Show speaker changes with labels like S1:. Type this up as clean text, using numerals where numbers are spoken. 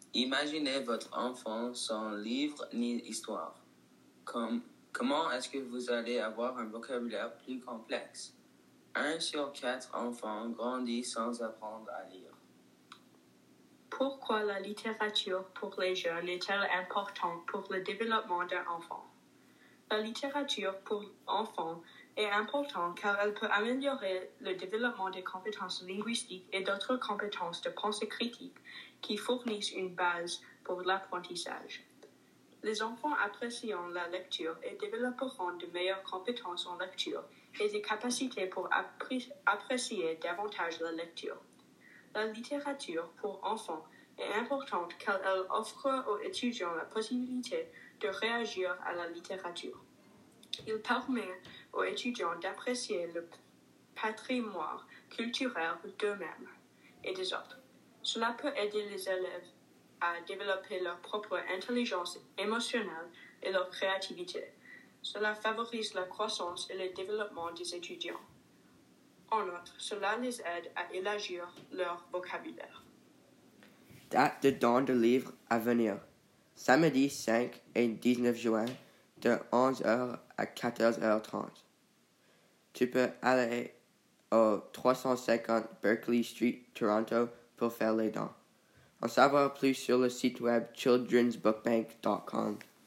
S1: Imaginez votre enfant sans livre ni histoire. Comment est-ce que vous allez avoir un vocabulaire plus complexe? 1 sur 4 enfants grandit sans apprendre à lire.
S2: Pourquoi la littérature pour les jeunes est-elle importante pour le développement d'un enfant? La littérature pour enfants est importante car elle peut améliorer le développement des compétences linguistiques et d'autres compétences de pensée critique qui fournissent une base pour l'apprentissage. Les enfants appréciant la lecture et développeront de meilleures compétences en lecture et des capacités pour apprécier davantage la lecture. La littérature pour enfants est importante car elle offre aux étudiants la possibilité de réagir à la littérature. Il permet aux étudiants d'apprécier le patrimoine culturel d'eux-mêmes et des autres. Cela peut aider les élèves à développer leur propre intelligence émotionnelle et leur créativité. Cela favorise la croissance et le développement des étudiants. En outre, cela les aide à élargir leur vocabulaire.
S3: Date de don de livres à venir. Samedi 5 et 19 juin de 11h à 14h30. Tu peux aller au 350 Berkeley Street, Toronto pour faire les dons. En savoir plus sur le site web childrensbookbank.com.